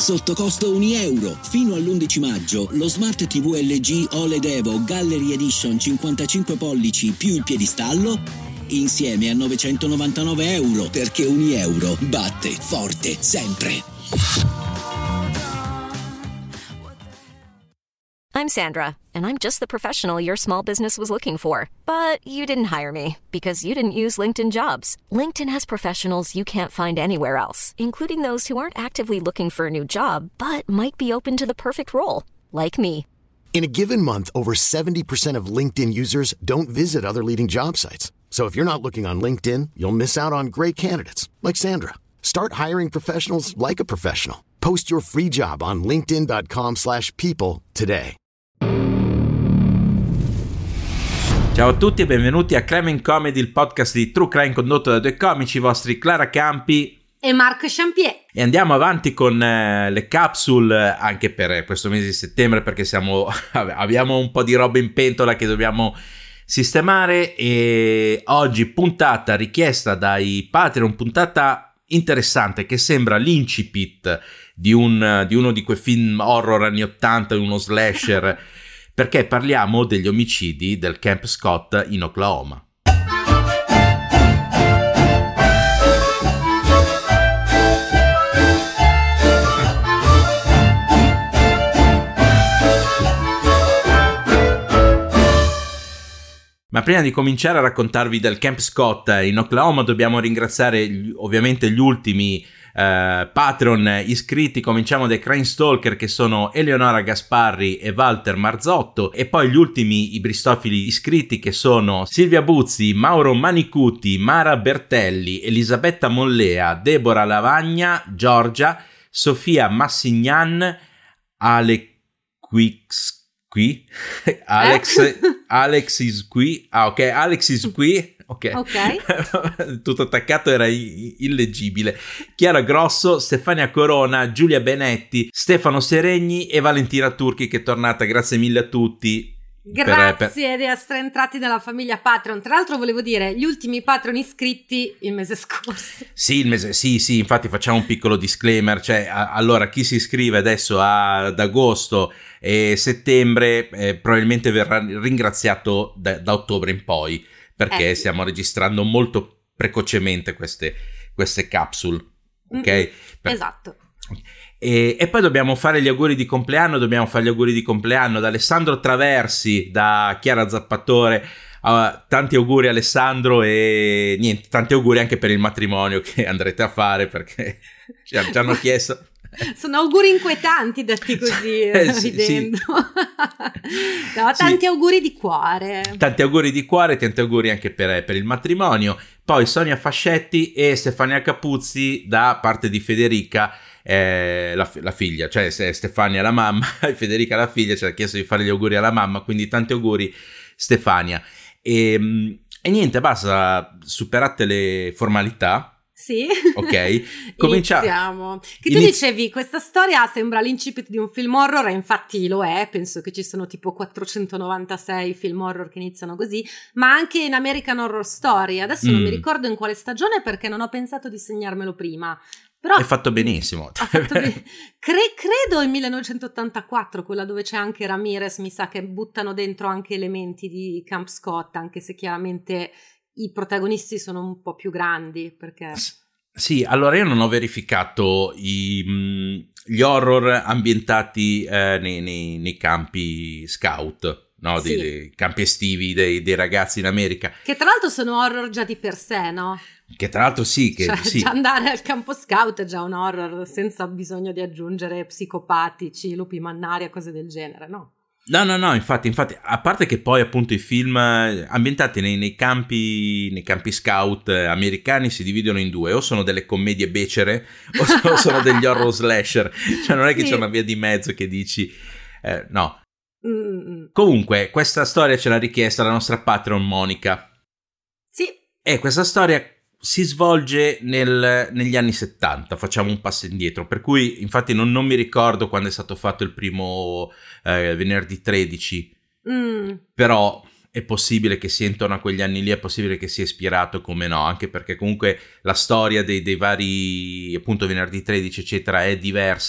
sotto costo €1. Fino all'11 maggio lo Smart TV LG OLED Evo Gallery Edition 55 pollici più il piedistallo insieme a €999, perché €1 batte forte sempre. I'm Sandra, and I'm just the professional your small business was looking for. But you didn't hire me because you didn't use LinkedIn Jobs. LinkedIn has professionals you can't find anywhere else, including those who aren't actively looking for a new job, but might be open to the perfect role, like me. In a given month, over 70% of LinkedIn users don't visit other leading job sites. So if you're not looking on LinkedIn, you'll miss out on great candidates like Sandra. Start hiring professionals like a professional. Post your free job on linkedin.com/people today. Ciao a tutti e benvenuti a Crime and Comedy, il podcast di True Crime condotto da due comici, i vostri Clara Campi e Marco Champier. E andiamo avanti con le capsule anche per questo mese di settembre, perché abbiamo un po' di roba in pentola che dobbiamo sistemare. E oggi puntata richiesta dai Patreon, puntata interessante che sembra l'incipit di uno di quei film horror anni 80, uno slasher, perché parliamo degli omicidi del Camp Scott in Oklahoma. Ma prima di cominciare a raccontarvi del Camp Scott in Oklahoma dobbiamo ringraziare ovviamente gli ultimi Patreon iscritti. Cominciamo dai Crime Stalker, che sono Eleonora Gasparri e Walter Marzotto, e poi gli ultimi ibristofili iscritti, che sono Silvia Buzzi, Mauro Manicuti, Mara Bertelli, Elisabetta Mollea, Deborah Lavagna, Giorgia, Sofia Massignan, Alex is qui. Alex is qui. Ok. Tutto attaccato, era illeggibile. Chiara Grosso, Stefania Corona, Giulia Benetti, Stefano Seregni e Valentina Turchi, che è tornata. Grazie mille a tutti. Grazie di essere entrati nella famiglia Patreon. Tra l'altro volevo dire, gli ultimi Patreon iscritti il mese scorso. Sì, infatti facciamo un piccolo disclaimer, cioè allora chi si iscrive adesso ad agosto e settembre probabilmente verrà ringraziato da ottobre in poi, perché stiamo registrando molto precocemente queste capsule, ok? Esatto. E poi dobbiamo fare gli auguri di compleanno. Dobbiamo fare gli auguri di compleanno da Alessandro Traversi, da Chiara Zappatore. Tanti auguri Alessandro, e niente, tanti auguri anche per il matrimonio che andrete a fare, perché ci hanno chiesto. Sono auguri inquietanti detti così, ridendo. Sì. No, tanti auguri di cuore. Tanti auguri di cuore, tanti auguri anche per il matrimonio. Poi Sonia Fascetti e Stefania Capuzzi da parte di Federica, la figlia, cioè Stefania la mamma e Federica la figlia, ci ha chiesto di fare gli auguri alla mamma, quindi tanti auguri Stefania. E niente, basta, superate le formalità. Sì, ok, iniziamo. Che tu dicevi, questa storia sembra l'incipit di un film horror, e infatti lo è. Penso che ci sono tipo 496 film horror che iniziano così, ma anche in American Horror Story. Adesso non mi ricordo in quale stagione, perché non ho pensato di segnarmelo prima. Però è fatto benissimo. Credo in 1984, quella dove c'è anche Ramirez, mi sa che buttano dentro anche elementi di Camp Scott, anche se chiaramente i protagonisti sono un po' più grandi, perché... Sì, allora io non ho verificato gli horror ambientati nei campi scout, no? Sì. Dei campi estivi dei ragazzi in America. Che tra l'altro sono horror già di per sé, no? Che tra l'altro sì. Già andare al campo scout è già un horror, senza bisogno di aggiungere psicopatici, lupi mannari e cose del genere, no? No, infatti, a parte che poi appunto i film ambientati nei campi scout americani si dividono in due: o sono delle commedie becere o sono degli horror slasher, cioè non è che c'è una via di mezzo che dici no. Comunque questa storia ce l'ha richiesta la nostra Patreon Monica. Sì. E questa storia si svolge negli anni 70, facciamo un passo indietro, per cui infatti non mi ricordo quando è stato fatto il primo venerdì 13, però è possibile che sia intorno a quegli anni lì, è possibile che sia ispirato, come no, anche perché comunque la storia dei vari, appunto, venerdì 13 eccetera è diversa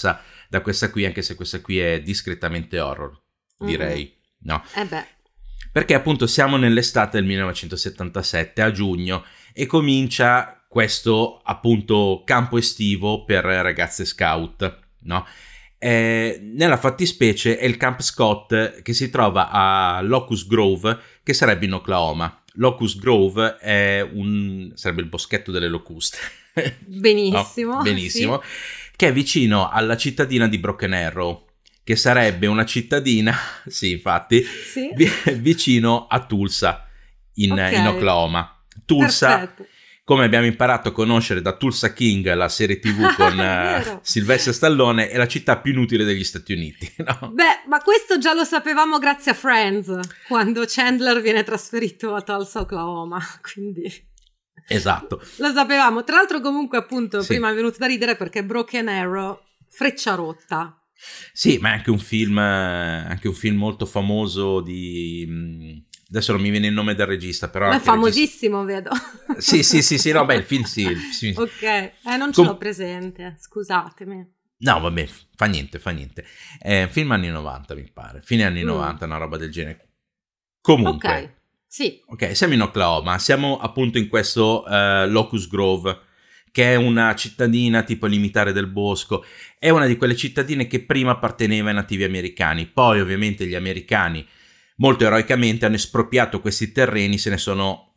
da questa qui, anche se questa qui è discretamente horror, direi, no? Perché appunto siamo nell'estate del 1977, a giugno, e comincia questo appunto campo estivo per ragazze scout, no? Nella fattispecie è il Camp Scott che si trova a Locust Grove, che sarebbe in Oklahoma. Locust Grove sarebbe il boschetto delle locuste. Benissimo. No? Benissimo. Sì. Che è vicino alla cittadina di Broken Arrow, che sarebbe una cittadina, sì, infatti, sì. Vicino a Tulsa, in Oklahoma. Tulsa, perfetto. Come abbiamo imparato a conoscere da Tulsa King, la serie TV con Sylvester Stallone, è la città più inutile degli Stati Uniti, no? Beh, ma questo già lo sapevamo grazie a Friends, quando Chandler viene trasferito a Tulsa, Oklahoma, quindi... Esatto. Lo sapevamo. Tra l'altro comunque appunto sì. Prima è venuto da ridere perché Broken Arrow, Freccia rotta. Sì, ma è anche un film molto famoso di... Adesso non mi viene il nome del regista, però... Ma è famosissimo, vedo. Sì, no, beh, il film sì. Ok, non ce l'ho presente, scusatemi. No, vabbè, fa niente. Film anni 90, mi pare. Fine anni 90, una roba del genere. Comunque... Ok, sì. Ok, siamo in Oklahoma, siamo appunto in questo Locust Grove, che è una cittadina tipo limitare del bosco. È una di quelle cittadine che prima apparteneva ai nativi americani, poi ovviamente gli americani molto eroicamente hanno espropriato questi terreni, sono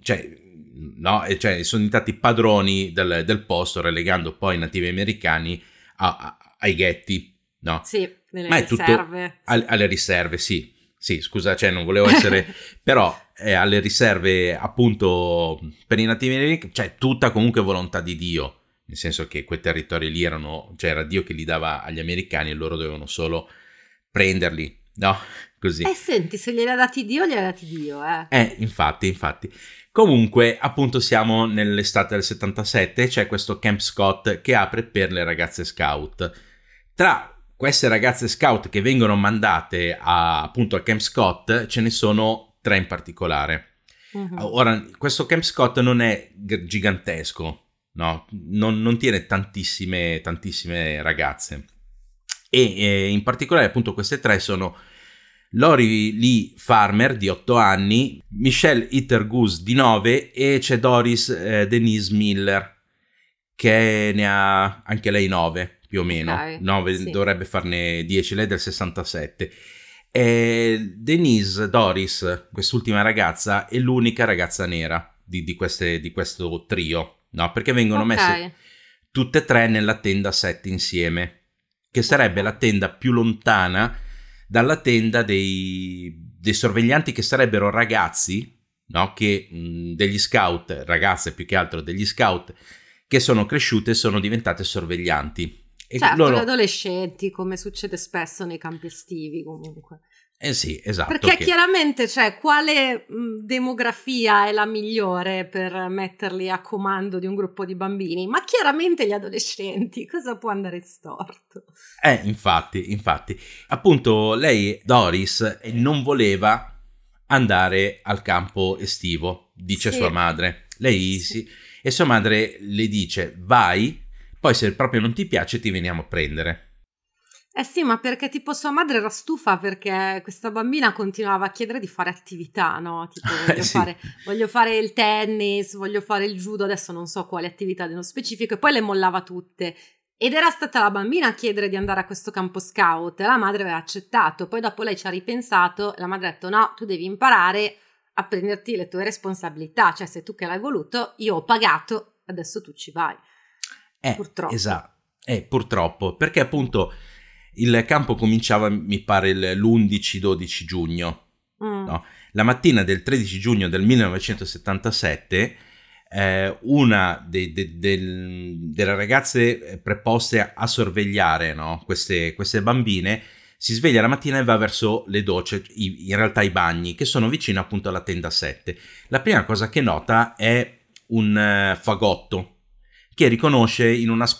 diventati padroni del posto, relegando poi i nativi americani ai ghetti, no? Sì, nelle riserve. Alle riserve, sì, scusa, non volevo essere, però alle riserve appunto per i nativi americani, tutta comunque volontà di Dio, nel senso che quei territori lì era Dio che li dava agli americani e loro dovevano solo prenderli, no? Così. Senti, se glieli ha dati Dio, Infatti. Comunque, appunto, siamo nell'estate del 77 e c'è questo Camp Scott che apre per le ragazze scout. Tra queste ragazze scout che vengono mandate appunto al Camp Scott ce ne sono 3 in particolare. Uh-huh. Ora, questo Camp Scott non è gigantesco, no? Non tiene tantissime ragazze. E in particolare appunto queste 3 sono Lori Lee Farmer di 8 anni, Michelle Heather Goose di 9 e c'è Doris Denise Miller che ne ha anche lei 9 più o meno, okay, 9 sì. Dovrebbe farne 10, lei del 67. E Doris, quest'ultima ragazza, è l'unica ragazza nera di questo trio, no? Perché vengono messe tutte e 3 nella tenda 7 insieme, che sarebbe la tenda più lontana dalla tenda dei sorveglianti, che sarebbero ragazzi, no? Che degli scout, ragazze più che altro degli scout, che sono cresciute e sono diventate sorveglianti. E certo, gli adolescenti, come succede spesso nei campi estivi comunque. Sì, esatto. Perché chiaramente, quale demografia è la migliore per metterli a comando di un gruppo di bambini? Ma chiaramente gli adolescenti, cosa può andare storto? Infatti. Appunto, lei, Doris, non voleva andare al campo estivo, dice sua madre. Lei sì. E sua madre le dice, vai, poi se proprio non ti piace ti veniamo a prendere. Sì, ma perché tipo sua madre era stufa perché questa bambina continuava a chiedere di fare attività, no? Tipo voglio fare il tennis, voglio fare il judo, adesso non so quale attività nello specifico, e poi le mollava tutte. Ed era stata la bambina a chiedere di andare a questo campo scout e la madre aveva accettato. Poi dopo lei ci ha ripensato e la madre ha detto no, tu devi imparare a prenderti le tue responsabilità, sei tu che l'hai voluto, io ho pagato, adesso tu ci vai. Purtroppo. Esatto, purtroppo, perché appunto il campo cominciava, mi pare, l'11-12 giugno. No? La mattina del 13 giugno del 1977 una delle ragazze preposte a sorvegliare, no? queste bambine si sveglia la mattina e va verso le docce, in realtà i bagni, che sono vicino appunto alla tenda 7. La prima cosa che nota è un fagotto che riconosce in un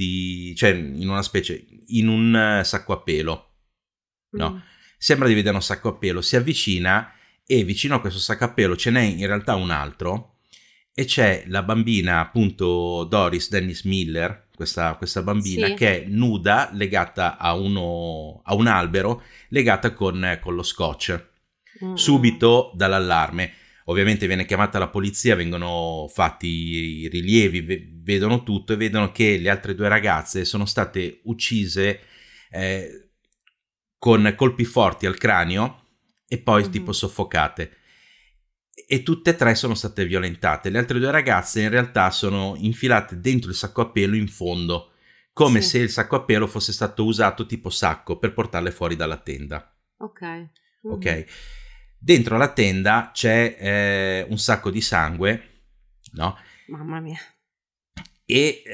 sacco a pelo, no? Sembra di vedere un sacco a pelo, si avvicina e vicino a questo sacco a pelo ce n'è in realtà un altro e c'è la bambina appunto Doris Dennis Miller questa bambina, Sì. che è nuda, legata a un albero, legata con lo scotch. Subito dall'allarme, ovviamente viene chiamata la polizia, vengono fatti i rilievi, vedono tutto e vedono che le altre 2 ragazze sono state uccise con colpi forti al cranio e poi tipo soffocate. E tutte e 3 sono state violentate. Le altre 2 ragazze in realtà sono infilate dentro il sacco a pelo in fondo, come se il sacco a pelo fosse stato usato tipo sacco per portarle fuori dalla tenda. Ok. Dentro la tenda c'è un sacco di sangue, no? Mamma mia. E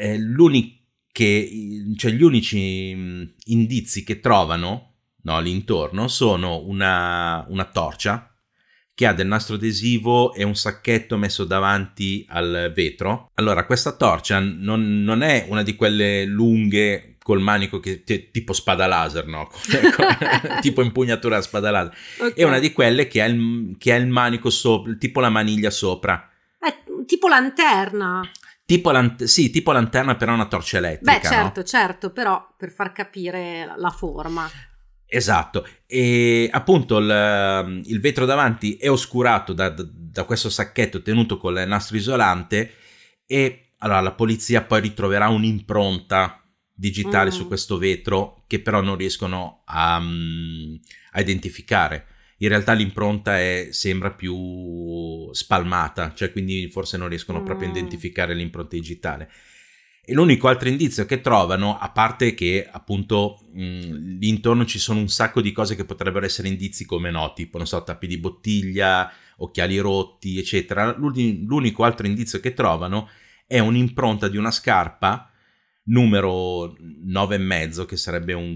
gli unici indizi che trovano, no, lì intorno sono una torcia che ha del nastro adesivo e un sacchetto messo davanti al vetro. Allora, questa torcia non è una di quelle lunghe col manico che tipo spada laser, no? Tipo impugnatura a spada laser. Okay. È una di quelle che ha il manico sopra, tipo la maniglia sopra. Tipo lanterna. Sì, tipo lanterna, però una torcia elettrica. Beh, certo, no? però per far capire la forma. Esatto, e appunto il vetro davanti è oscurato da questo sacchetto tenuto con il nastro isolante, e allora la polizia poi ritroverà un'impronta digitale su questo vetro che però non riescono a identificare. In realtà l'impronta sembra più spalmata, cioè quindi forse non riescono proprio a identificare l'impronta digitale. E l'unico altro indizio che trovano, a parte che appunto lì intorno ci sono un sacco di cose che potrebbero essere indizi come no, tipo, non so, tappi di bottiglia, occhiali rotti, eccetera. L'unico altro indizio che trovano è un'impronta di una scarpa numero 9,5, che sarebbe un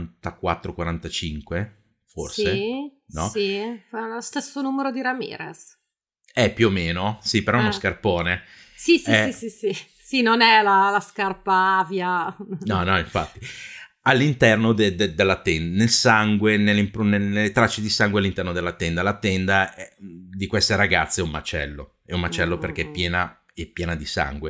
44-45, forse. Sì, no? Sì, fa lo stesso numero di Ramirez. Più o meno, sì, però è uno scarpone. Sì. Sì, non è la scarpa avia. No, infatti. All'interno della tenda, nel sangue, nelle tracce di sangue all'interno della tenda. La tenda di queste ragazze è un macello. È un macello perché è piena di sangue.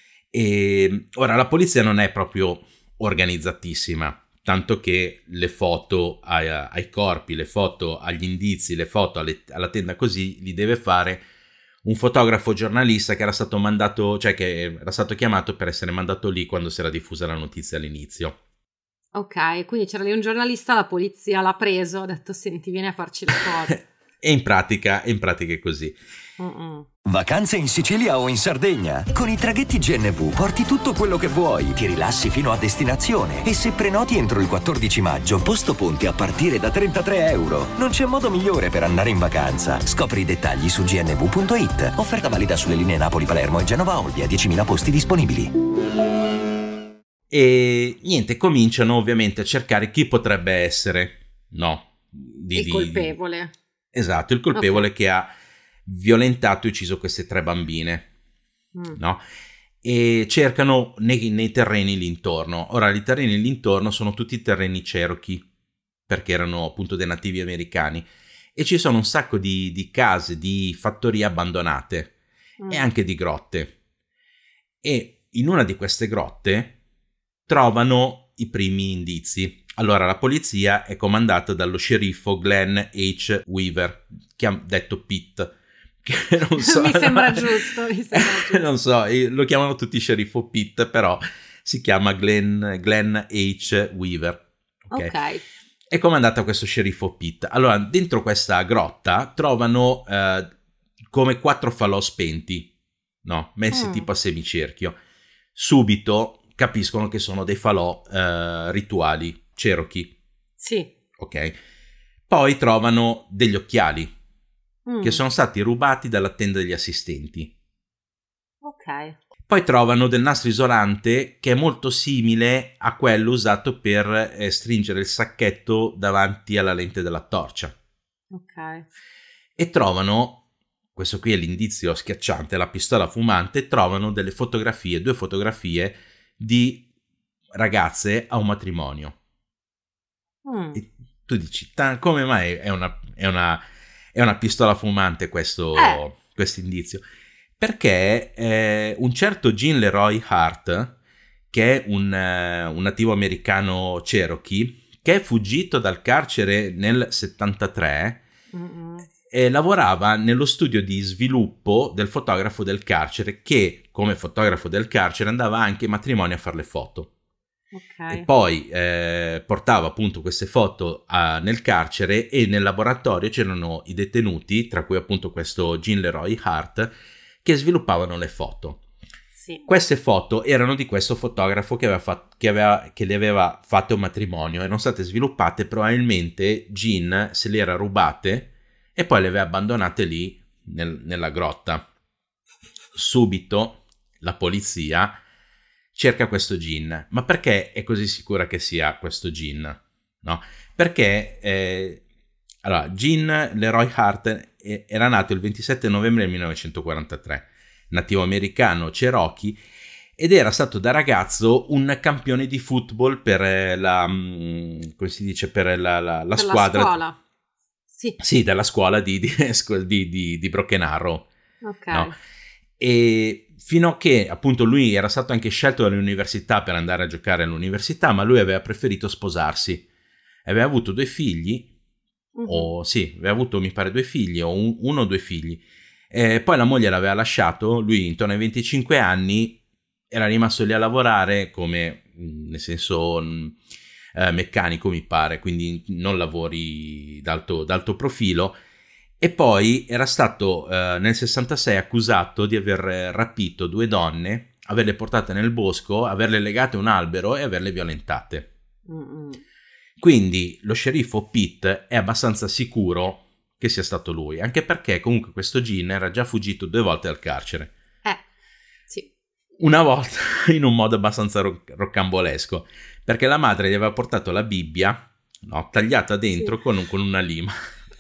E ora la polizia non è proprio organizzatissima, tanto che le foto ai corpi, le foto agli indizi, le foto alla tenda così li deve fare un fotografo giornalista che era stato mandato, cioè che era stato chiamato per essere mandato lì quando si era diffusa la notizia all'inizio. Ok, quindi c'era lì un giornalista, la polizia l'ha preso, ha detto senti vieni a farci le foto. E in pratica è così. Vacanze in Sicilia o in Sardegna? Con i traghetti GNV porti tutto quello che vuoi, ti rilassi fino a destinazione e se prenoti entro il 14 maggio, posto ponti a partire da €33. Non c'è modo migliore per andare in vacanza. Scopri i dettagli su gnv.it. Offerta valida sulle linee Napoli-Palermo e Genova-Olbia, 10.000 posti disponibili. E niente, cominciano ovviamente a cercare chi potrebbe essere, il colpevole. Esatto, il colpevole che ha violentato e ucciso queste 3 bambine, no? E cercano nei terreni lì intorno. Ora, i terreni lì intorno sono tutti terreni Cherokee, perché erano appunto dei nativi americani, e ci sono un sacco di case, di fattorie abbandonate e anche di grotte. E in una di queste grotte trovano i primi indizi. Allora, la polizia è comandata dallo sceriffo Glenn H. Weaver, detto Pete. Che non so, mi sembra giusto. Non so, lo chiamano tutti sceriffo Pete, però si chiama Glenn H. Weaver. Ok. È comandata questo sceriffo Pete. Allora, dentro questa grotta trovano come 4 falò spenti, no? Messi tipo a semicerchio. Subito capiscono che sono dei falò rituali Cherokee. Sì. Ok. Poi trovano degli occhiali che sono stati rubati dalla tenda degli assistenti. Ok. Poi trovano del nastro isolante che è molto simile a quello usato per stringere il sacchetto davanti alla lente della torcia. Ok. E trovano, questo qui è l'indizio schiacciante, la pistola fumante, trovano delle fotografie, 2 fotografie di ragazze a un matrimonio. E tu dici, come mai è una pistola fumante questo indizio? Perché un certo Jean Leroy Hart, che è un nativo americano Cherokee, che è fuggito dal carcere nel 73 e lavorava nello studio di sviluppo del fotografo del carcere, che come fotografo del carcere andava anche ai matrimoni a fare le foto. Okay. E poi portava appunto queste foto nel carcere, e nel laboratorio c'erano i detenuti, tra cui appunto questo Jean Leroy Hart, che sviluppavano le foto. Sì. Queste foto erano di questo fotografo che le aveva fatto un matrimonio, erano state sviluppate, probabilmente Jean se le era rubate e poi le aveva abbandonate lì nella grotta. Subito la polizia cerca questo Jean. Ma perché è così sicura che sia questo Jean? No? Perché allora, Jean Leroy Hart era nato il 27 novembre 1943, nativo americano Cherokee, ed era stato da ragazzo un campione di football per la come si dice, per la per squadra. La scuola. Sì. Sì, della scuola di Broken Arrow. Ok. No? E fino a che appunto lui era stato anche scelto dall'università per andare a giocare all'università, ma lui aveva preferito sposarsi. Aveva avuto 2 figli, o sì, aveva avuto mi pare 2 figli, o uno o 2 figli. Poi la moglie l'aveva lasciato, lui intorno ai 25 anni era rimasto lì a lavorare come, nel senso, meccanico mi pare, quindi non lavori d'alto profilo. E poi era stato nel 66 accusato di aver rapito 2 donne, averle portate nel bosco, averle legate a un albero e averle violentate. Quindi lo sceriffo Pitt è abbastanza sicuro che sia stato lui, anche perché comunque questo Jean era già fuggito 2 volte dal carcere. Sì. Una volta in un modo abbastanza roccambolesco, perché la madre gli aveva portato la Bibbia, no, tagliata dentro, sì, con una lima.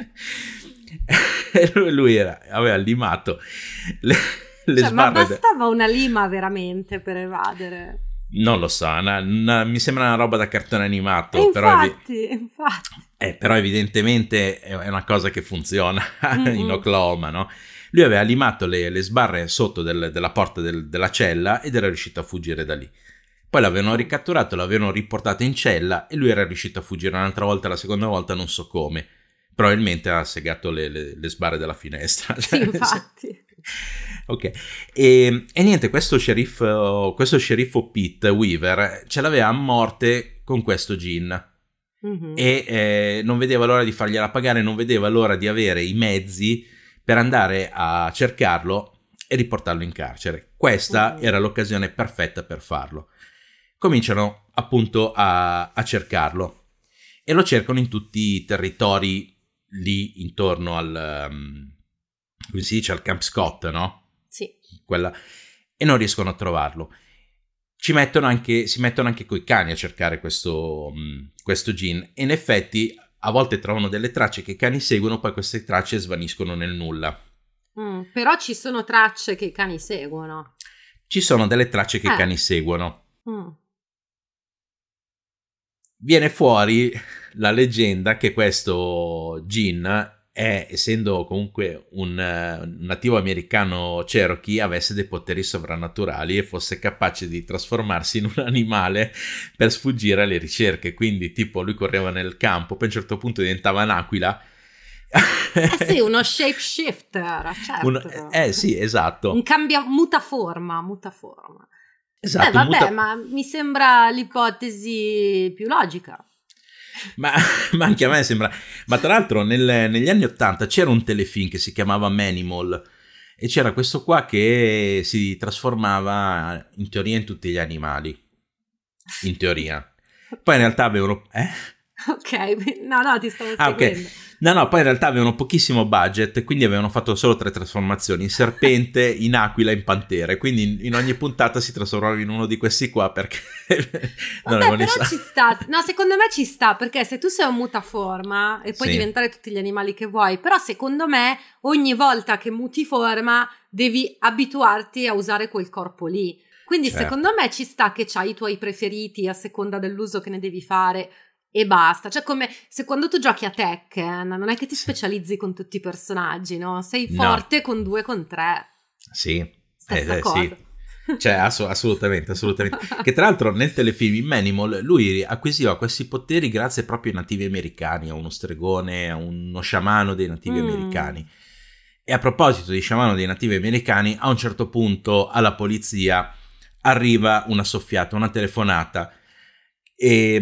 E lui aveva limato le sbarre. Ma bastava una lima veramente per evadere? Non lo so, mi sembra una roba da cartone animato. Infatti. Però evidentemente è una cosa che funziona in Oklahoma, no? Lui aveva limato le sbarre sotto della porta della cella ed era riuscito a fuggire da lì. Poi l'avevano ricatturato, l'avevano riportato in cella e lui era riuscito a fuggire un'altra volta, la seconda volta non so come. Probabilmente ha segato le sbarre della finestra. Sì, infatti. Ok, e niente, questo sceriffo Pitt Weaver ce l'aveva a morte con questo Jean. E non vedeva l'ora di fargliela pagare, non vedeva l'ora di avere i mezzi per andare a cercarlo e riportarlo in carcere. Questa era l'occasione perfetta per farlo. Cominciano appunto a cercarlo e lo cercano in tutti i territori lì intorno al come si dice, al Camp Scott, no? Sì. E non riescono a trovarlo. Si mettono anche coi cani a cercare questo Jean, e in effetti a volte trovano delle tracce che i cani seguono, poi queste tracce svaniscono nel nulla. Però ci sono tracce che i cani seguono. Ci sono delle tracce che i cani seguono. Viene fuori la leggenda che questo Jean essendo comunque un nativo americano Cherokee, avesse dei poteri sovrannaturali e fosse capace di trasformarsi in un animale per sfuggire alle ricerche. Quindi tipo lui correva nel campo, poi a un certo punto diventava un'aquila. Sì, uno shapeshifter, certo. Sì, esatto. Mutaforma. Esatto. Vabbè, ma mi sembra l'ipotesi più logica. Ma anche a me sembra. Ma tra l'altro negli anni 80 c'era un telefilm che si chiamava Manimal e c'era questo qua che si trasformava in teoria in tutti gli animali. In teoria. Poi in realtà avevano... Ok, no, ti stavo seguendo. Okay. No, poi in realtà avevano pochissimo budget, quindi avevano fatto solo 3 trasformazioni: in serpente, in aquila, in pantera. Quindi in ogni puntata si trasformava in uno di questi qua, perché vabbè, però ci sta. No, secondo me ci sta, perché se tu sei un mutaforma e puoi diventare tutti gli animali che vuoi, però secondo me ogni volta che muti forma devi abituarti a usare quel corpo lì. Quindi secondo me ci sta che c'hai i tuoi preferiti a seconda dell'uso che ne devi fare e basta. Cioè, come se quando tu giochi a Tekken non è che ti specializzi con tutti i personaggi, no? Sei forte con 2, con 3. Sì, stessa cosa. sì. Cioè, assolutamente. Che tra l'altro nel telefilm in Manimal lui acquisiva questi poteri grazie proprio ai nativi americani, a uno stregone, a uno sciamano dei nativi americani. E a proposito di sciamano dei nativi americani, a un certo punto alla polizia arriva una soffiata, una telefonata, che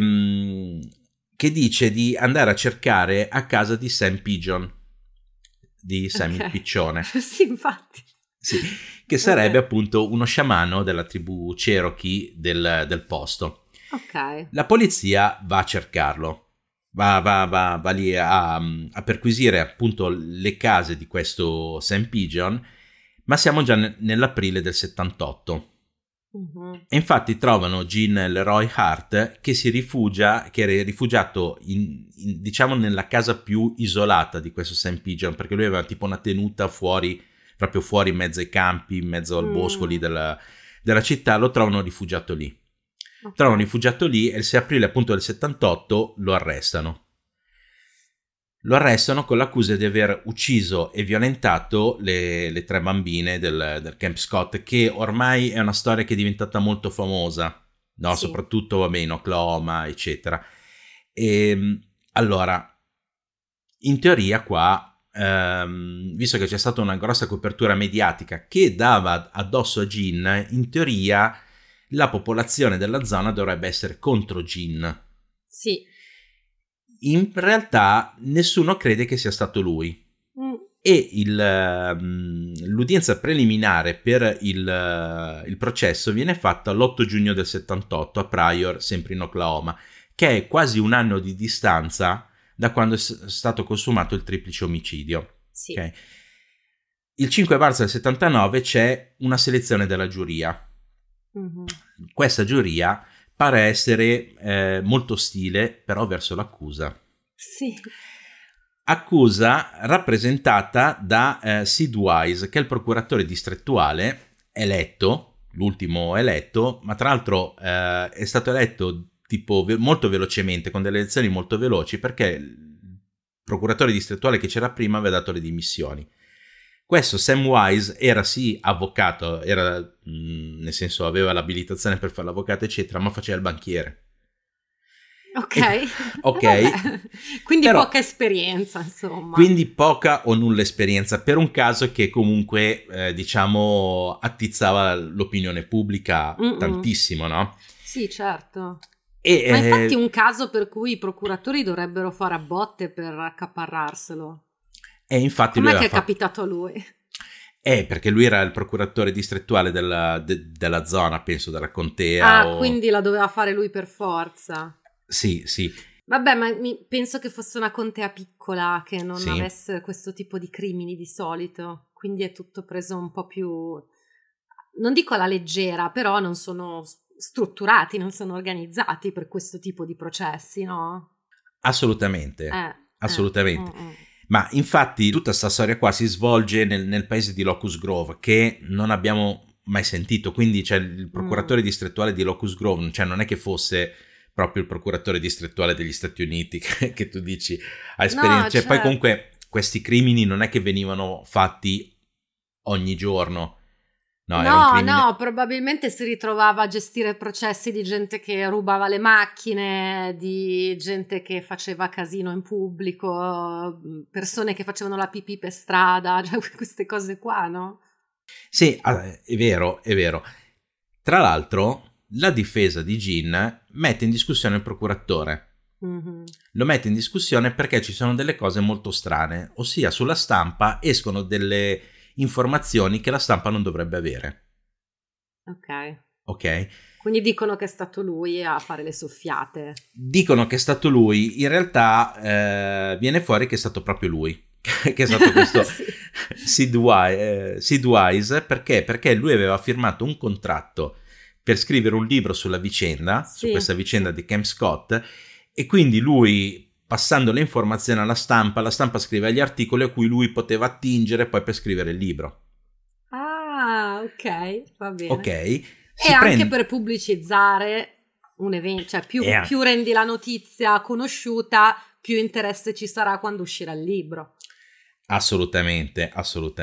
dice di andare a cercare a casa di Sam Pigeon, di Sam il Piccione. Sì, infatti. Sì, che sarebbe appunto uno sciamano della tribù Cherokee del posto. Ok. La polizia va a cercarlo. Va lì a perquisire appunto le case di questo Sam Pigeon, ma siamo già nell'aprile del 78. E infatti trovano Gene Leroy Hart che era rifugiato diciamo nella casa più isolata di questo Sam Pigeon, perché lui aveva tipo una tenuta proprio fuori in mezzo ai campi, in mezzo al bosco lì della città. Lo trovano rifugiato lì. Trovano rifugiato lì e il 6 aprile appunto del 78 lo arrestano. Lo arrestano con l'accusa di aver ucciso e violentato le 3 bambine del Camp Scott, che ormai è una storia che è diventata molto famosa, no? Sì. Soprattutto in Oklahoma, eccetera. E allora, in teoria qua, visto che c'è stata una grossa copertura mediatica che dava addosso a Gene, in teoria la popolazione della zona dovrebbe essere contro Gene. Sì. In realtà nessuno crede che sia stato lui. E l'udienza preliminare per il processo viene fatta l'8 giugno del 78 a Pryor, sempre in Oklahoma, che è quasi un anno di distanza da quando è stato consumato il triplice omicidio. Sì. Okay? Il 5 marzo del 79 c'è una selezione della giuria. Questa giuria pare essere molto ostile però verso l'accusa. Sì. Accusa rappresentata da Sid Wise, che è il procuratore distrettuale eletto, l'ultimo eletto, ma tra l'altro è stato eletto tipo molto velocemente, con delle elezioni molto veloci, perché il procuratore distrettuale che c'era prima aveva dato le dimissioni. Questo Sam Wise era sì avvocato, nel senso aveva l'abilitazione per fare l'avvocato eccetera, ma faceva il banchiere. Ok. Quindi però, poca esperienza, insomma. Quindi poca o nulla esperienza per un caso che comunque diciamo attizzava l'opinione pubblica tantissimo, no? Sì, certo. Ma infatti un caso per cui i procuratori dovrebbero fare a botte per accaparrarselo. E infatti com'è che è capitato a lui? Perché lui era il procuratore distrettuale della zona, penso, della contea. Quindi la doveva fare lui per forza. Sì. Vabbè, ma penso che fosse una contea piccola che non avesse questo tipo di crimini di solito. Quindi è tutto preso un po' più, non dico alla leggera, però non sono strutturati, non sono organizzati per questo tipo di processi, no? Assolutamente. Ma infatti tutta questa storia qua si svolge nel paese di Locust Grove, che non abbiamo mai sentito, quindi c'è il procuratore distrettuale di Locust Grove, cioè non è che fosse proprio il procuratore distrettuale degli Stati Uniti che tu dici ha esperienza, no, cioè certo. Poi comunque questi crimini non è che venivano fatti ogni giorno. No, probabilmente si ritrovava a gestire processi di gente che rubava le macchine, di gente che faceva casino in pubblico, persone che facevano la pipì per strada, cioè queste cose qua, no? Sì, è vero. Tra l'altro, la difesa di Gene mette in discussione il procuratore. Lo mette in discussione perché ci sono delle cose molto strane, ossia sulla stampa escono delle informazioni che la stampa non dovrebbe avere. Ok. Quindi dicono che è stato lui a fare le soffiate. Dicono che è stato lui, in realtà viene fuori che è stato proprio lui, che è stato questo Sid Wise, perché lui aveva firmato un contratto per scrivere un libro sulla vicenda, su questa vicenda di Camp Scott, e quindi lui, passando le informazioni alla stampa, la stampa scrive gli articoli a cui lui poteva attingere poi per scrivere il libro. Ok, va bene. Ok. E anche per pubblicizzare un evento, cioè più rendi la notizia conosciuta, più interesse ci sarà quando uscirà il libro. Assolutamente.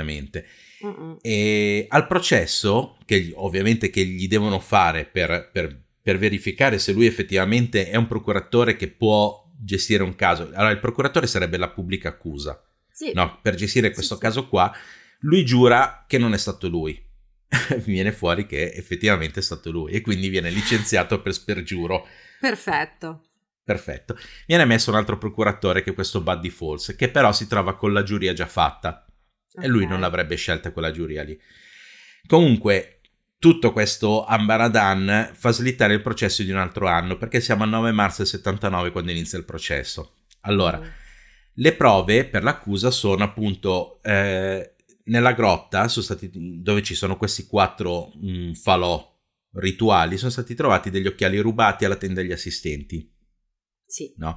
E al processo, ovviamente che gli devono fare per verificare se lui effettivamente è un procuratore che può gestire un caso. Allora il procuratore sarebbe la pubblica accusa, sì. No? Per gestire questo caso qua, lui giura che non è stato lui. Viene fuori che effettivamente è stato lui e quindi viene licenziato per spergiuro. Perfetto. Viene messo un altro procuratore che è questo Buddy Falls, che però si trova con la giuria già fatta, e lui non l'avrebbe scelta quella giuria lì. Comunque tutto questo ambaradan fa slittare il processo di un altro anno, perché siamo al 9 marzo del 79 quando inizia il processo. Allora, le prove per l'accusa sono appunto nella grotta, dove ci sono questi 4 falò rituali, sono stati trovati degli occhiali rubati alla tenda degli assistenti. Sì. No?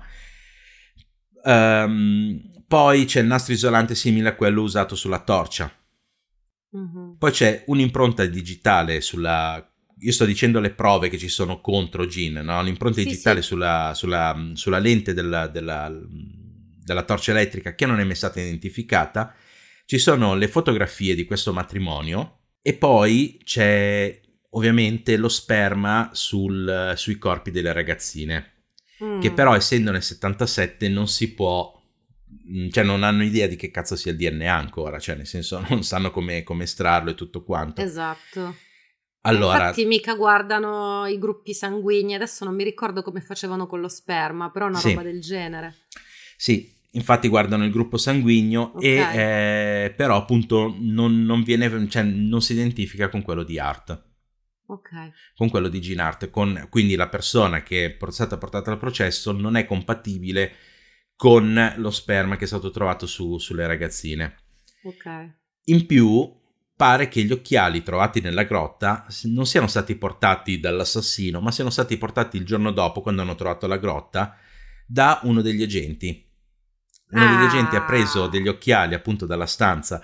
Poi c'è il nastro isolante simile a quello usato sulla torcia. Poi c'è un'impronta digitale io sto dicendo le prove che ci sono contro Jean, no? L'impronta digitale sulla lente della torcia elettrica che non è mai stata identificata. Ci sono le fotografie di questo matrimonio e poi c'è ovviamente lo sperma sui corpi delle ragazzine, che però essendo nel 77 non si può, cioè non hanno idea di che cazzo sia il DNA ancora, cioè nel senso non sanno come estrarlo e tutto quanto. Esatto. Allora, infatti mica guardano i gruppi sanguigni, adesso non mi ricordo come facevano con lo sperma, però una roba del genere. Sì, infatti guardano il gruppo sanguigno, e però appunto non viene, cioè non si identifica con quello di Hart. Con quello di Jean Hart, quindi la persona che è stata portata al processo non è compatibile con lo sperma che è stato trovato sulle ragazzine. In più pare che gli occhiali trovati nella grotta non siano stati portati dall'assassino, ma siano stati portati il giorno dopo, quando hanno trovato la grotta, da uno degli agenti. Uno degli agenti ha preso degli occhiali appunto dalla stanza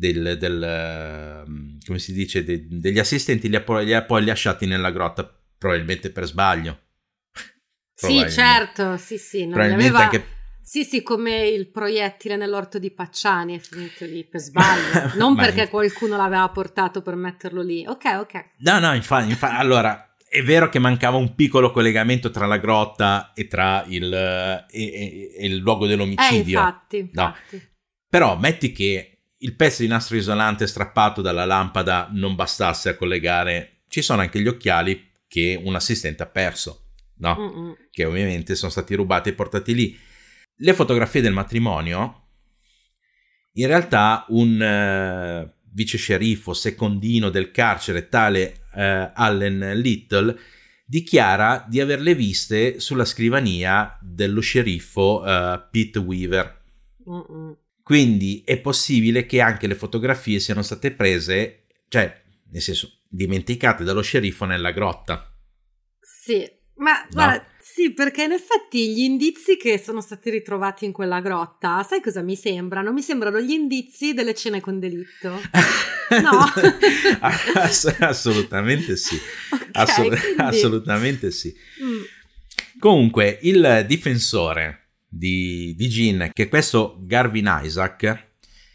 come si dice, degli assistenti, li ha poi lasciati nella grotta, probabilmente per sbaglio. Sì, certo, sì, non probabilmente aveva... anche... Sì, come il proiettile nell'orto di Pacciani è finito lì per sbaglio, non perché qualcuno l'aveva portato per metterlo lì. Ok. No, infatti, allora, è vero che mancava un piccolo collegamento tra la grotta e tra il luogo dell'omicidio. Infatti. No. Però metti che il pezzo di nastro isolante strappato dalla lampada non bastasse a collegare, ci sono anche gli occhiali che un assistente ha perso, no? Che ovviamente sono stati rubati e portati lì. Le fotografie del matrimonio, in realtà un vice sceriffo secondino del carcere, tale Allen Little, dichiara di averle viste sulla scrivania dello sceriffo Pete Weaver. Quindi è possibile che anche le fotografie siano state prese, cioè nel senso dimenticate dallo sceriffo nella grotta. Sì, ma guarda, sì, perché in effetti gli indizi che sono stati ritrovati in quella grotta, sai cosa mi sembrano? Mi sembrano gli indizi delle cene con delitto. No? Assolutamente sì. Okay, assolutamente sì. Comunque il difensore di Jean, che è questo Garvin Isaac,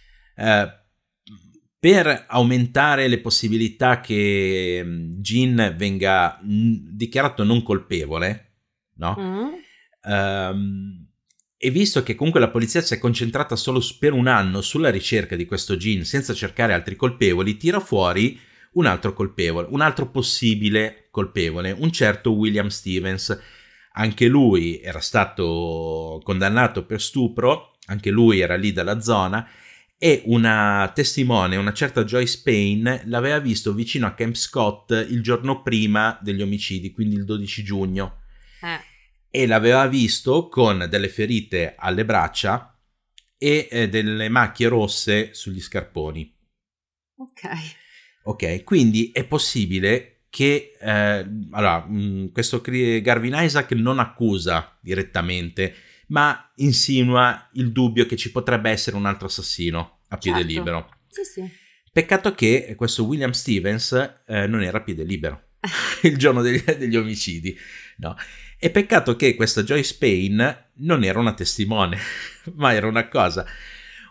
per aumentare le possibilità che Jean venga dichiarato non colpevole, no? E visto che comunque la polizia si è concentrata solo per un anno sulla ricerca di questo Jean senza cercare altri colpevoli, tira fuori un altro colpevole, un altro possibile colpevole, un certo William Stevens. Anche lui era stato condannato per stupro, anche lui era lì dalla zona, e una testimone, una certa Joyce Payne, l'aveva visto vicino a Camp Scott il giorno prima degli omicidi, quindi il 12 giugno. E l'aveva visto con delle ferite alle braccia e delle macchie rosse sugli scarponi. Ok, quindi è possibile che questo Garvin Isaac non accusa direttamente, ma insinua il dubbio che ci potrebbe essere un altro assassino a piede libero. Sì. Peccato che questo William Stevens non era a piede libero il giorno degli omicidi, no? E peccato che questa Joyce Payne non era una testimone, ma era una cosa.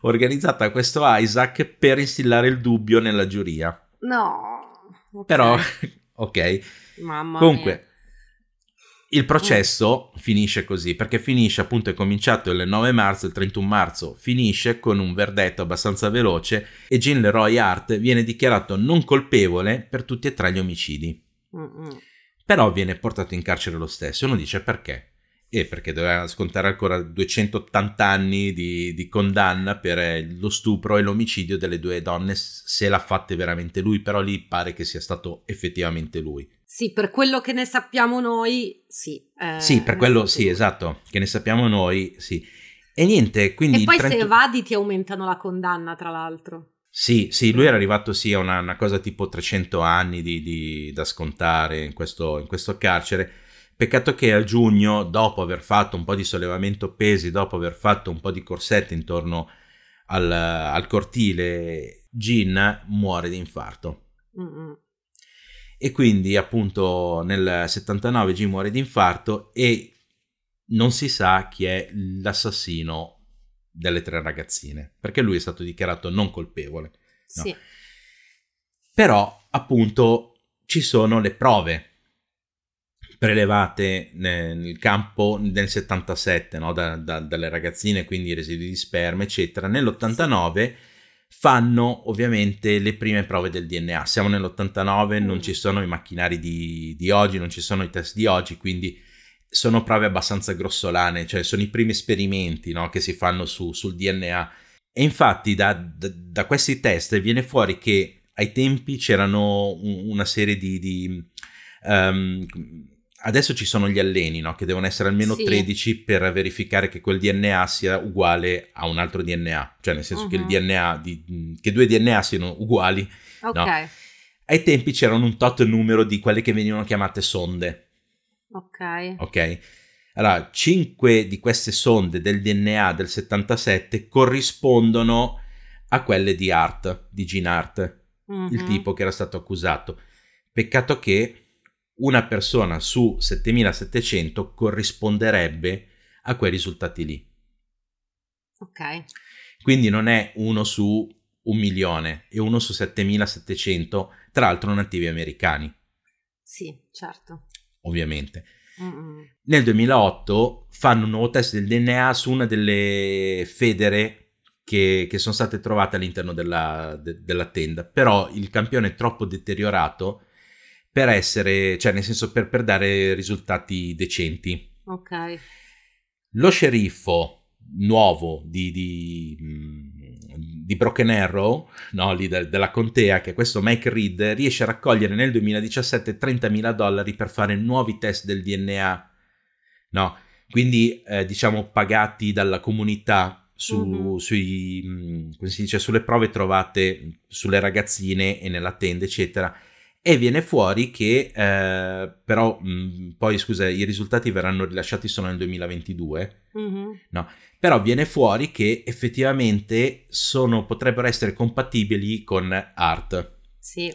organizzata questo Isaac per instillare il dubbio nella giuria. No. Okay. Però, ok. Mamma Comunque, mia. il processo finisce così, perché finisce appunto, è cominciato il 9 marzo, il 31 marzo finisce con un verdetto abbastanza veloce e Jean Leroy Hart viene dichiarato non colpevole per tutti e tre gli omicidi. Però viene portato in carcere lo stesso. Uno dice perché? Perché doveva scontare ancora 280 anni di condanna per lo stupro e l'omicidio delle due donne, se l'ha fatte veramente lui, però lì pare che sia stato effettivamente lui. Sì, per quello che ne sappiamo noi, sì. Sì, per quello, sì, esatto, che ne sappiamo noi, sì. E niente, quindi... E poi se evadi ti aumentano la condanna, tra l'altro. Sì, lui era arrivato, sì, a una cosa tipo 300 anni da scontare in questo carcere. Peccato che a giugno, dopo aver fatto un po' di sollevamento pesi, dopo aver fatto un po' di corsette intorno al cortile, Jean muore di infarto. E quindi appunto nel 79 Jean muore di infarto e non si sa chi è l'assassino delle tre ragazzine, perché lui è stato dichiarato non colpevole. No? Sì. Però appunto ci sono le prove prelevate nel campo nel 77, no? dalle ragazzine, quindi residui di sperma eccetera. Nell'89 fanno ovviamente le prime prove del DNA. Siamo nell'89, non ci sono i macchinari di oggi, non ci sono i test di oggi, quindi sono prove abbastanza grossolane, cioè sono i primi esperimenti, no? Che si fanno sul DNA. E infatti da questi test viene fuori che ai tempi c'erano una serie adesso ci sono gli alleni, no? Che devono essere almeno 13 per verificare che quel DNA sia uguale a un altro DNA, cioè nel senso che il DNA che due DNA siano uguali. Ok. No? Ai tempi c'erano un tot numero di quelle che venivano chiamate sonde. Ok. Allora, 5 di queste sonde del DNA del 77 corrispondono a quelle di Hart, di Jean Hart, il tipo che era stato accusato. Peccato che una persona su 7700 corrisponderebbe a quei risultati lì. Ok. Quindi non è uno su 1.000.000, è uno su 7700, tra l'altro nativi americani. Sì, certo. Ovviamente. Nel 2008 fanno un nuovo test del DNA su una delle federe che sono state trovate all'interno della tenda, però il campione è troppo deteriorato per essere, cioè nel senso per dare risultati decenti. Ok. Lo sceriffo nuovo di Broken Arrow, no, lì della contea, che è questo Mike Reed, riesce a raccogliere nel 2017 $30.000 per fare nuovi test del DNA, no? Quindi diciamo pagati dalla comunità sui come si dice, sulle prove trovate sulle ragazzine e nella tenda eccetera. E viene fuori che però poi scusa, i risultati verranno rilasciati solo nel 2022, no? Però viene fuori che effettivamente potrebbero essere compatibili con Hart. Sì.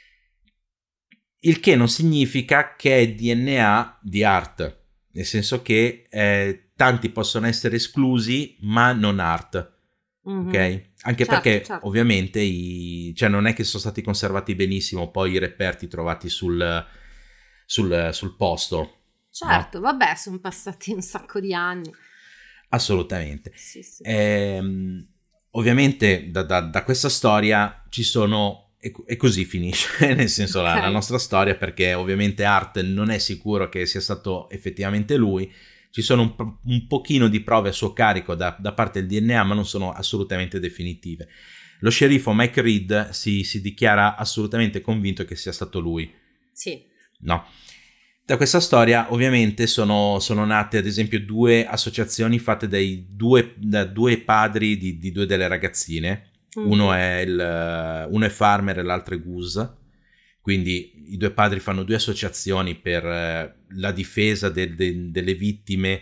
Il che non significa che è DNA di Hart, nel senso che tanti possono essere esclusi ma non Hart. Ok? Anche perché ovviamente cioè non è che sono stati conservati benissimo poi i reperti trovati sul posto. Certo, no? Vabbè, sono passati un sacco di anni. Assolutamente. Sì. Ovviamente da questa storia ci sono, e così finisce, nel senso la nostra storia, perché ovviamente Hart non è sicuro che sia stato effettivamente lui. Ci sono un pochino di prove a suo carico da parte del DNA, ma non sono assolutamente definitive. Lo sceriffo Mike Reed si dichiara assolutamente convinto che sia stato lui. Sì. No. Da questa storia ovviamente sono nate ad esempio 2 associazioni fatte da due padri di 2 delle ragazzine. Uno è Farmer e l'altro è Goose. Quindi i 2 padri fanno 2 associazioni per la difesa delle vittime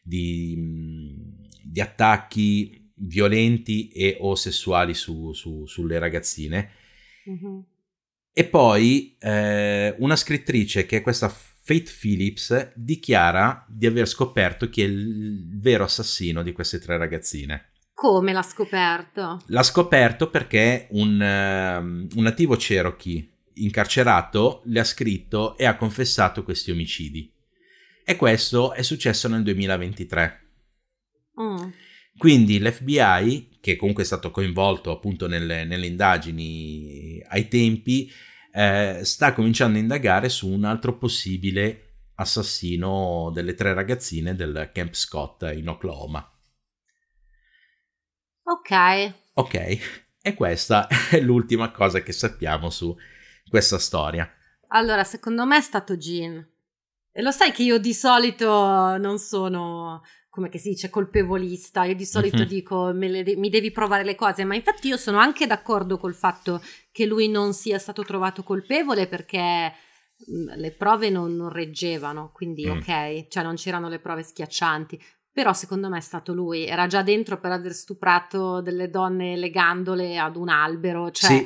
di attacchi violenti e o sessuali sulle ragazzine. E poi una scrittrice, che è questa Faith Phillips, dichiara di aver scoperto chi è il vero assassino di queste 3 ragazzine. Come l'ha scoperto? L'ha scoperto perché un nativo Cherokee incarcerato le ha scritto e ha confessato questi omicidi. E questo è successo nel 2023. Quindi l'FBI, che comunque è stato coinvolto appunto nelle indagini ai tempi, sta cominciando a indagare su un altro possibile assassino delle 3 ragazzine del Camp Scott in Oklahoma. Ok, e questa è l'ultima cosa che sappiamo su questa storia. Allora, secondo me è stato Gene. E lo sai che io di solito non sono, come che si dice, colpevolista. Io di solito dico mi devi provare le cose, ma infatti io sono anche d'accordo col fatto che lui non sia stato trovato colpevole, perché le prove non reggevano, quindi ok, cioè non c'erano le prove schiaccianti. Però secondo me è stato lui, era già dentro per aver stuprato delle donne legandole ad un albero, cioè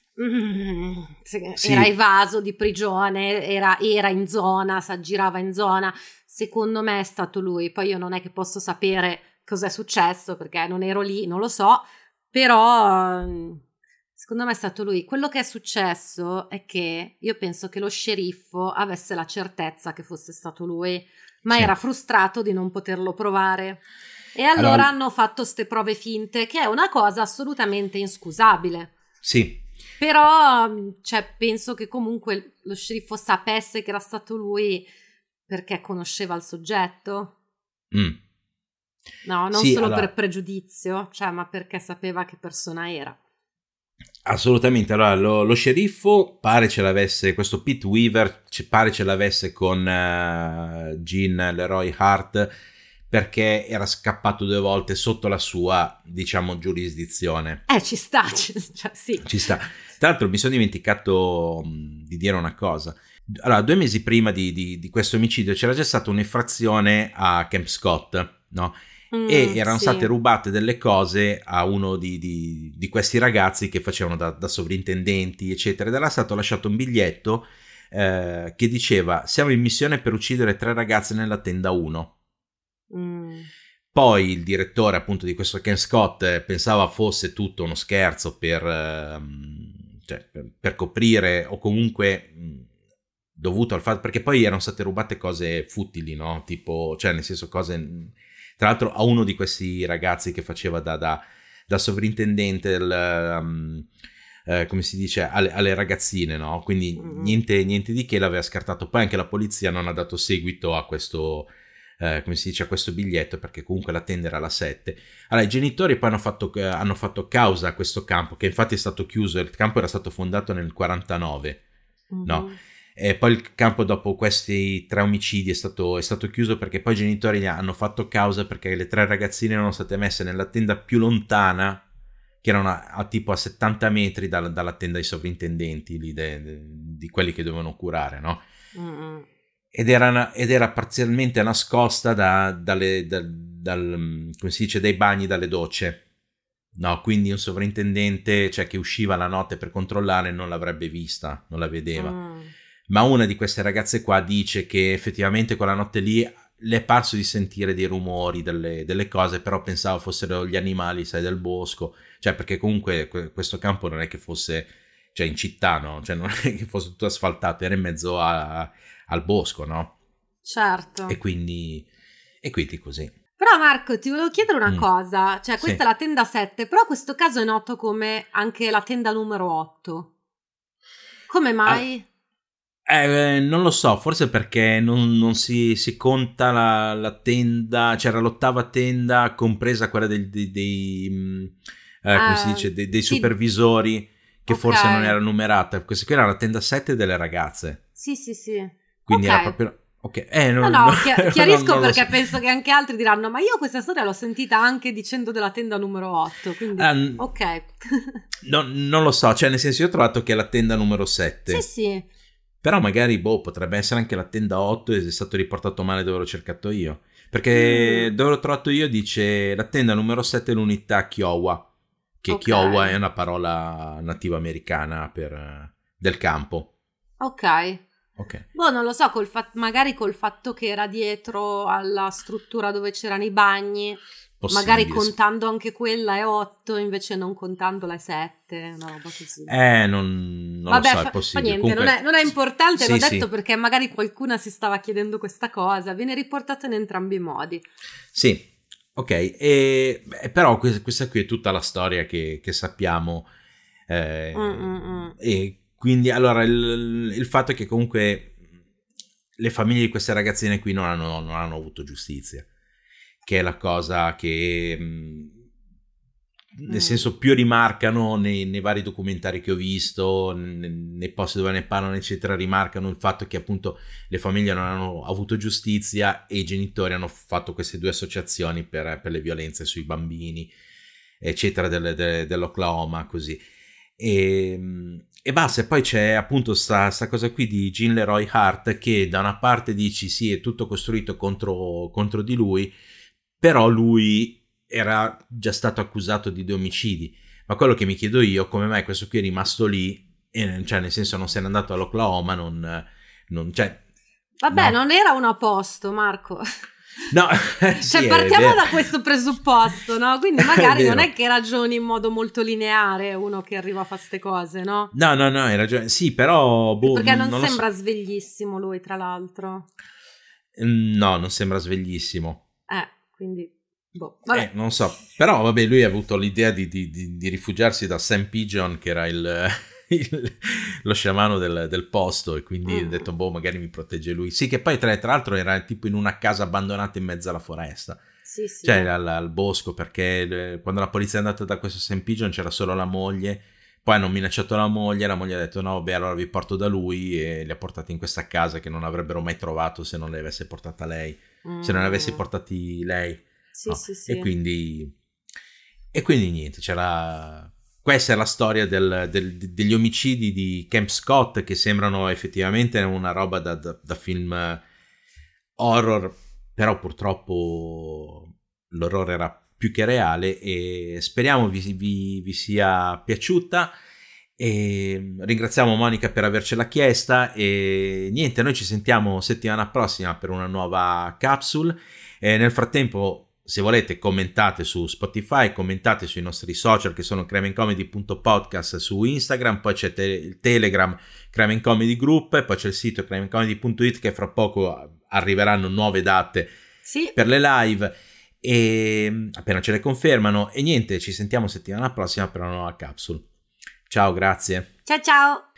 era evaso di prigione, era in zona, si aggirava in zona, secondo me è stato lui. Poi io non è che posso sapere cos'è successo perché non ero lì, non lo so, però secondo me è stato lui. Quello che è successo è che io penso che lo sceriffo avesse la certezza che fosse stato lui, ma era frustrato di non poterlo provare, e allora hanno fatto ste prove finte, che è una cosa assolutamente inscusabile. Sì. Però cioè, penso che comunque lo sceriffo sapesse che era stato lui perché conosceva il soggetto. No, non solo per pregiudizio, cioè, ma perché sapeva che persona era. Assolutamente. Allora lo sceriffo pare ce l'avesse, questo Pete Weaver pare ce l'avesse con Gene Leroy Hart, perché era scappato 2 volte sotto la sua, diciamo, giurisdizione. Ci sta, cioè, sì. Ci sta. Tra l'altro mi sono dimenticato di dire una cosa. Allora, 2 mesi prima di questo omicidio c'era già stata un'infrazione a Camp Scott, no? E erano state rubate delle cose a uno di questi ragazzi che facevano da sovrintendenti, eccetera, ed era stato lasciato un biglietto che diceva: siamo in missione per uccidere 3 ragazze nella tenda 1. Poi il direttore appunto di questo Camp Scott pensava fosse tutto uno scherzo per coprire, o comunque dovuto al fatto, perché poi erano state rubate cose futili, no? Tipo, cioè nel senso cose... Tra l'altro a uno di questi ragazzi che faceva da sovrintendente come si dice, alle ragazzine, no? Quindi niente di che, l'aveva scartato. Poi anche la polizia non ha dato seguito a questo, come si dice, a questo biglietto, perché comunque la tenda era alla 7. Allora i genitori poi hanno fatto causa a questo campo, che infatti è stato chiuso. Il campo era stato fondato nel 49, no? E poi il campo, dopo questi 3 omicidi, è stato chiuso, perché poi i genitori hanno fatto causa perché le 3 ragazzine erano state messe nella tenda più lontana, che erano tipo a 70 metri dalla tenda dei sovrintendenti lì di quelli che dovevano curare, no? Ed era parzialmente nascosta come si dice, dai bagni, dalle docce, no? Quindi un sovrintendente, cioè, che usciva la notte per controllare, non l'avrebbe vista, non la vedeva. Ma una di queste ragazze qua dice che effettivamente quella notte lì le è parso di sentire dei rumori, delle cose, però pensava fossero gli animali, sai, del bosco, cioè, perché comunque questo campo non è che fosse, cioè, in città, no? Cioè non è che fosse tutto asfaltato, era in mezzo al bosco, no? Certo. E quindi così. Però Marco, ti volevo chiedere una cosa, cioè questa è la tenda 7, però questo caso è noto come anche la tenda numero 8. Come mai? Non lo so, forse perché non si conta la tenda, c'era l'8ª tenda compresa quella come si dice, dei supervisori, che forse non era numerata. Questa qui era la tenda 7 delle ragazze. Sì. Quindi era proprio... Ok, chiarisco non perché so. Penso che anche altri diranno: ma io questa storia l'ho sentita anche dicendo della tenda numero 8, quindi ok. Non lo so, cioè nel senso, io ho trovato che è la tenda numero 7. Sì. Però magari, potrebbe essere anche la tenda 8 e è stato riportato male dove l'ho cercato io. Perché dove l'ho trovato io dice la tenda numero 7 è l'unità Kiowa, che Kiowa è una parola nativa americana del campo. Ok. Non lo so, magari col fatto che era dietro alla struttura dove c'erano i bagni, possibili. Magari contando anche quella è 8, invece non contandola è 7, una roba così. Non lo so, è possibile. Niente, Comunque, non è importante, sì, l'ho sì, detto perché magari qualcuna si stava chiedendo questa cosa, viene riportato in entrambi i modi. Sì, ok, però questa qui è tutta la storia che sappiamo, e quindi allora il fatto è che comunque le famiglie di queste ragazzine qui non hanno avuto giustizia, che è la cosa che nel senso più rimarcano nei vari documentari che ho visto, nei posti dove ne parlano eccetera, rimarcano il fatto che appunto le famiglie non hanno avuto giustizia e i genitori hanno fatto queste 2 associazioni per le violenze sui bambini eccetera dell'Oklahoma, così, e basta. E poi c'è appunto sta cosa qui di Gene Leroy Hart, che da una parte dici sì, è tutto costruito contro di lui, però lui era già stato accusato di 2 omicidi. Ma quello che mi chiedo io, come mai questo qui è rimasto lì, cioè nel senso non se n'è andato all'Oklahoma, cioè, vabbè, no. Non era uno a posto, Marco. No, cioè sì, partiamo da questo presupposto, no? Quindi magari È non vero. è che ragioni in modo molto lineare uno che arriva a fare ste cose, no? No, hai ragione. Sì, però Perché non lo sembra so. sveglissimo lui, tra l'altro. No, non sembra sveglissimo. Quindi vabbè. Non so, però vabbè, lui ha avuto l'idea di rifugiarsi da Sam Pigeon, che era lo sciamano del posto, e quindi ha detto magari mi protegge lui. Sì, che poi tra l'altro era tipo in una casa abbandonata in mezzo alla foresta, Sì. cioè al bosco, perché quando la polizia è andata da questo Sam Pigeon c'era solo la moglie. Poi hanno minacciato la moglie ha detto no, vabbè, allora vi porto da lui, e li ha portati in questa casa che non avrebbero mai trovato se non le avesse portata lei, se non avesse portati lei. Sì, No. sì. E quindi niente, questa è la storia degli omicidi di Camp Scott, che sembrano effettivamente una roba da film horror, però purtroppo l'orrore era più che reale, e speriamo vi sia piaciuta, e ringraziamo Monica per avercela chiesta, e niente, noi ci sentiamo settimana prossima per una nuova capsule, e nel frattempo, se volete, commentate su Spotify, commentate sui nostri social che sono cremencomedy.podcast su Instagram, poi c'è il Telegram Crime and Comedy Group, e poi c'è il sito cremencomedy.it, che fra poco arriveranno nuove date per le live, e appena ce le confermano. E niente, ci sentiamo settimana prossima per una nuova capsule. Ciao, grazie. Ciao.